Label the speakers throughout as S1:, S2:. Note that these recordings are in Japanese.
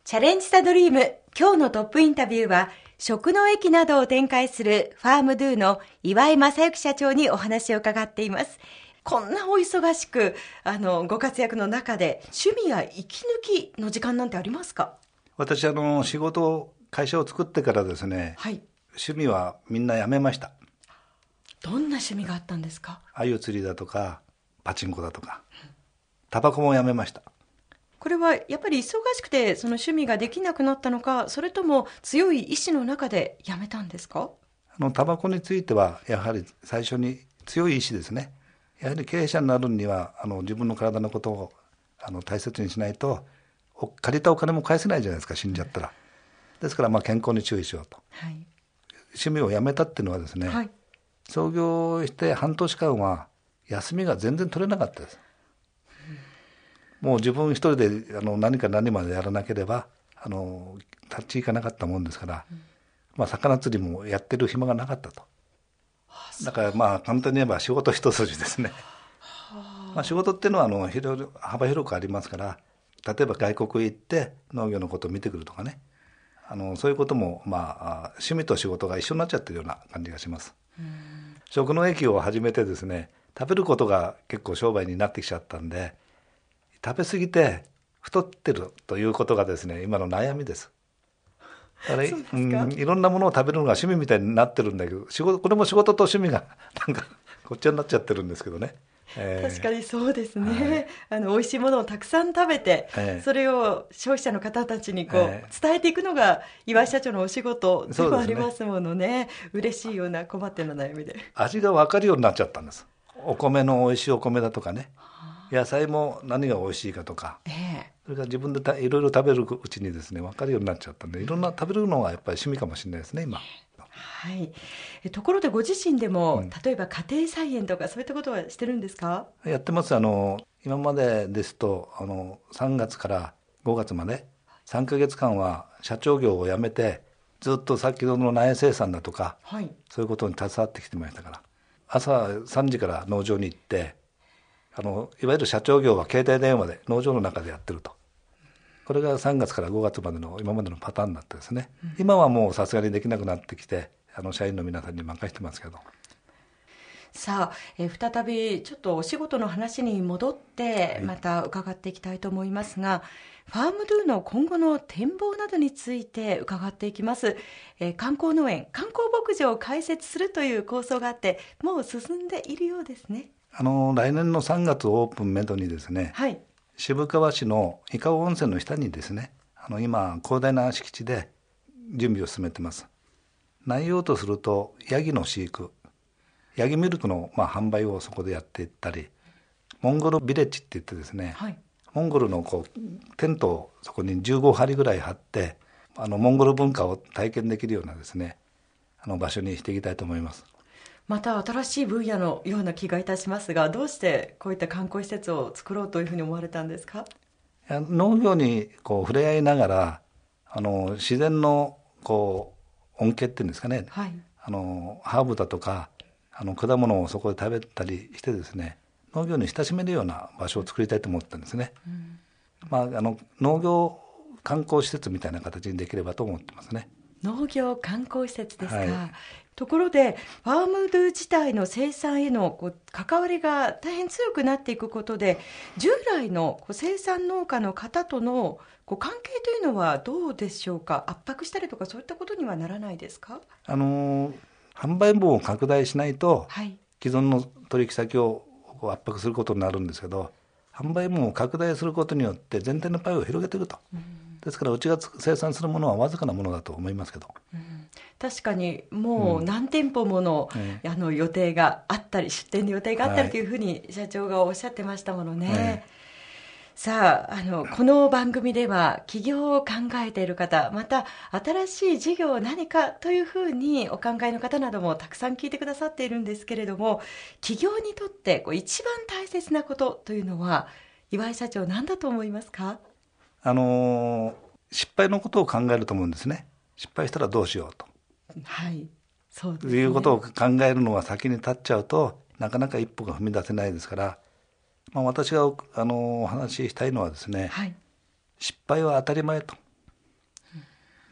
S1: チャレンジザドリーム、今日のトップインタビューは、食の駅などを展開するファームドゥの岩井正幸社長にお話を伺っています。こんなお忙しくご活躍の中で趣味や息抜きの時間なんてありますか？
S2: 私会社を作ってからですね、
S1: はい、
S2: 趣味はみんなやめました。
S1: どんな趣味があったんですか？
S2: 鮎釣りだとかパチンコだとか、タバコもやめました。
S1: これはやっぱり忙しくてその趣味ができなくなったのか、それとも強い意志の中でやめたんですか？
S2: タバコについてはやはり最初に強い意志ですね。やはり経営者になるには自分の体のことを大切にしないと借りたお金も返せないじゃないですか、死んじゃったら。ですから健康に注意しようと、はい、趣味をやめたっていうのはですね、はい、創業して半年間は休みが全然取れなかったです。もう自分一人で何か何までやらなければ立ち行かなかったもんですから、魚釣りもやってる暇がなかったと。だから簡単に言えば仕事一筋ですね。仕事っていうのは幅広くありますから、例えば外国へ行って農業のことを見てくるとかね、そういうことも趣味と仕事が一緒になっちゃってるような感じがします。食の駅を始めてですね、食べることが結構商売になってきちゃったんで、食べ過ぎて太ってるということがですね、今の悩みです。だからいろんなものを食べるのが趣味みたいになってるんだけど、これも仕事と趣味がこっちになっちゃってるんですけどね。
S1: 確かにそうですね、はい、美味しいものをたくさん食べて、それを消費者の方たちに伝えていくのが岩井社長のお仕事でもありますものね。嬉しいような困っての悩みで
S2: 味が分かるようになっちゃったんです。お米の美味しいお米だとかね、野菜も何が美味しいかとか、それから自分でいろいろ食べるうちにですね分かるようになっちゃったんで、いろんな食べるのがやっぱり趣味かもしれないですね今。
S1: はい、ところでご自身でも、例えば家庭菜園とかそういったことはしてるんですか？
S2: やってます。今までですと3月から5月まで3ヶ月間は社長業を辞めて、ずっと先ほどの苗生産だとか、はい、そういうことに携わってきてましたから、朝3時から農場に行って、いわゆる社長業は携帯電話で農場の中でやってると。これが3月から5月までの今までのパターンだったですね。今はもうさすがにできなくなってきて、社員の皆さんに任せてますけど。
S1: さあ、再びちょっとお仕事の話に戻ってまた伺っていきたいと思いますが、ファームドゥの今後の展望などについて伺っていきます。観光農園、観光牧場を開設するという構想があって、もう進んでいるようですね。
S2: 来年の3月オープンめどにですね、はい、渋川市の伊香保温泉の下にですね、今広大な敷地で準備を進めてます。内容とするとヤギの飼育、ヤギミルクの販売をそこでやっていったり、モンゴルビレッジって言ってですね、はい、モンゴルのテントをそこに15張りぐらい張ってモンゴル文化を体験できるようなですね場所にしていきたいと思います。
S1: また新しい分野のような気がいたしますが、どうしてこういった観光施設を作ろうというふうに思われたんですか？
S2: 農業に触れ合いながら自然の恩恵っていうんですかね、はい、ハーブだとか果物をそこで食べたりしてですね、農業に親しめるような場所を作りたいと思ったんですね。農業観光施設みたいな形にできればと思ってますね。
S1: 農業観光施設ですか。はい、ところでファームドゥ自体の生産への関わりが大変強くなっていくことで、従来の生産農家の方との関係というのはどうでしょうか？圧迫したりとかそういったことにはならないですか？
S2: 販売網を拡大しないと、はい、既存の取引先を圧迫することになるんですけど、販売網を拡大することによって全体のパイを広げていくと。ですからうちが生産するものはわずかなものだと思いますけど、
S1: 確かにもう何店舗もの、予定があったり、出店の予定があったりというふうに社長がおっしゃってましたものね。さあ、この番組では起業を考えている方、また新しい事業を何かというふうにお考えの方などもたくさん聞いてくださっているんですけれども、起業にとって一番大切なことというのは岩井社長何だと思いますか？
S2: 失敗のことを考えると思うんですね。失敗したらどうしようと、
S1: はい、そうですね、
S2: いうことを考えるのが先に立っちゃうとなかなか一歩が踏み出せないですから、私がお話ししたいのはですね、はい、失敗は当たり前と。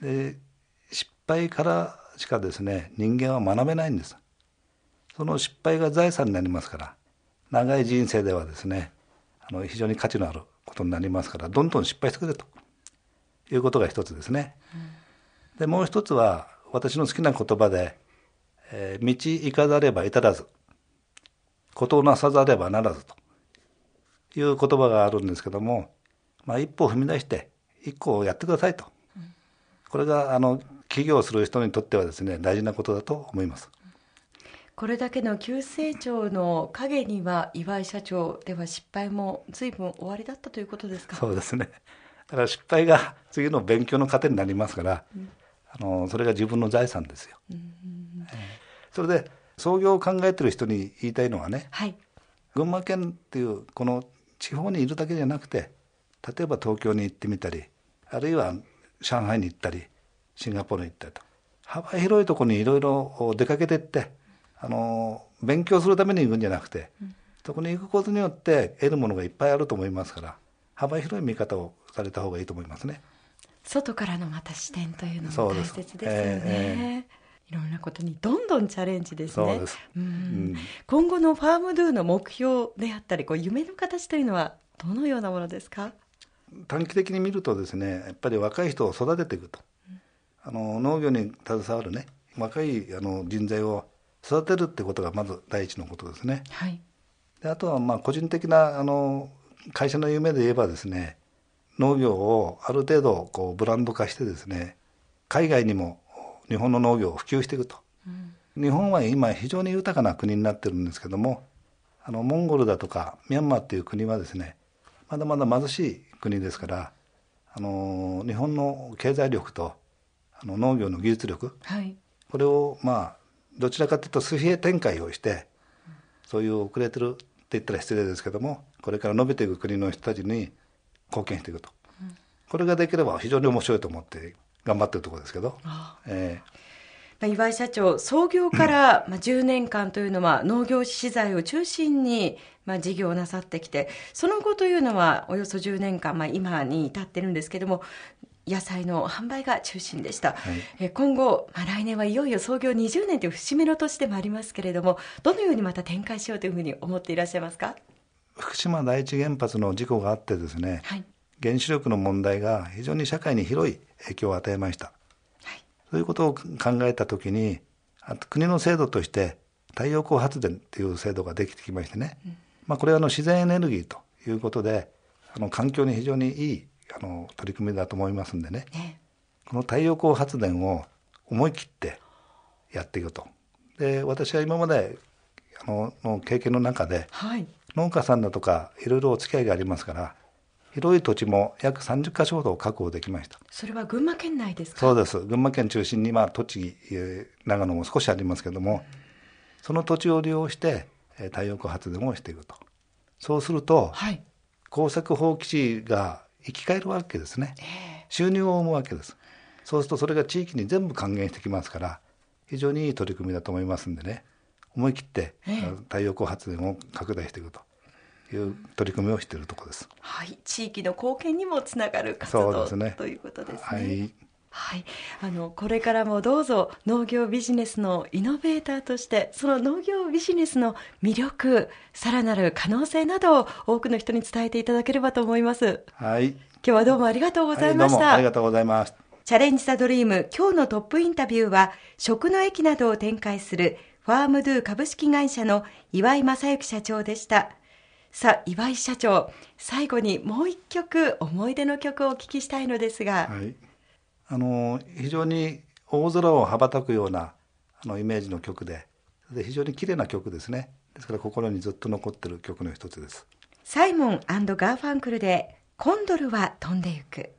S2: で失敗からしかですね、人間は学べないんです。その失敗が財産になりますから、長い人生ではですね、非常に価値のあることになりますから、どんどん失敗してくれということが一つですね。でもう一つは、私の好きな言葉で、道行かざれば至らず、事なさざればならずという言葉があるんですけども、一歩踏み出して一個やってくださいと、これが起業する人にとってはですね、大事なことだと思います。
S1: これだけの急成長の陰には、岩井社長では失敗も随分おありだったということですか？
S2: そうですね。だから失敗が次の勉強の糧になりますから、それが自分の財産ですよ。それで創業を考えている人に言いたいのはね、
S1: はい、
S2: 群馬県っていうこの地方にいるだけじゃなくて、例えば東京に行ってみたり、あるいは上海に行ったり、シンガポールに行ったりと、幅広いところにいろいろ出かけていって、勉強するために行くんじゃなくて、そこに行くことによって得るものがいっぱいあると思いますから、幅広い見方をされた方がいいと思いますね。
S1: 外からのまた視点というのも大切ですよね。いろんなことにどんどんチャレンジですね。
S2: そうです。
S1: 今後のファームドゥの目標であったり、夢の形というのはどのようなものですか？
S2: 短期的に見るとですね、やっぱり若い人を育てていくと、農業に携わるね、若い人材を育てるってことがまず第一のことですね。
S1: はい、
S2: であとは個人的な会社の夢で言えばですね、農業をある程度ブランド化してですね、海外にも日本の農業を普及していくと、日本は今非常に豊かな国になってるんですけども、モンゴルだとかミャンマーっていう国はですね、まだまだ貧しい国ですから、日本の経済力と農業の技術力、
S1: はい、
S2: これをどちらかというと水平展開をして、そういう遅れてるって言ったら失礼ですけども、これから伸びていく国の人たちに貢献していくと、これができれば非常に面白いと思って頑張ってるところですけど、
S1: 岩井社長、創業から10年間というのは農業資材を中心に事業をなさってきて、その後というのはおよそ10年間、今に至ってるんですけども、野菜の販売が中心でした。はい、今後、来年はいよいよ創業20年という節目の年でもありますけれども、どのようにまた展開しようというふうに思っていらっしゃいますか？
S2: 福島第一原発の事故があってですね、はい、原子力の問題が非常に社会に広い影響を与えました。はい、そういうことを考えたときに、国の制度として太陽光発電という制度ができてきましてね、これは自然エネルギーということで、環境に非常にいい取り組みだと思いますんでね、この太陽光発電を思い切ってやっていくと。で、私は今までの経験の中で、はい、農家さんだとかいろいろお付き合いがありますから、広い土地も約30カ所ほど確保できました。
S1: それは群馬県内ですか？
S2: そうです。群馬県中心に栃木、長野も少しありますけども、その土地を利用して太陽光発電をしていくと。そうすると、はい、耕作放棄地が生き返るわけですね。収入を生むわけです。そうするとそれが地域に全部還元してきますから、非常にいい取り組みだと思いますんでね、思い切って太陽光発電を拡大していくという取り組みをしているところです。
S1: はい、地域の貢献にもつながる活動、ということですね。はいはい、これからもどうぞ農業ビジネスのイノベーターとして、その農業ビジネスの魅力、さらなる可能性などを多くの人に伝えていただければと思います。
S2: はい、
S1: 今日はどうもありがとうございました。
S2: どうもありがとうございます。
S1: チャレンジ・ザ・ドリーム、今日のトップインタビューは、食の駅などを展開するファームドゥ株式会社の岩井正幸社長でした。さあ、岩井社長、最後にもう一曲思い出の曲をお聞きしたいのですが、
S2: はい、非常に大空を羽ばたくようなイメージの曲で、非常に綺麗な曲ですね。ですから心にずっと残っている曲の一つです。
S1: サイモン&ガーファンクルでコンドルは飛んでゆく。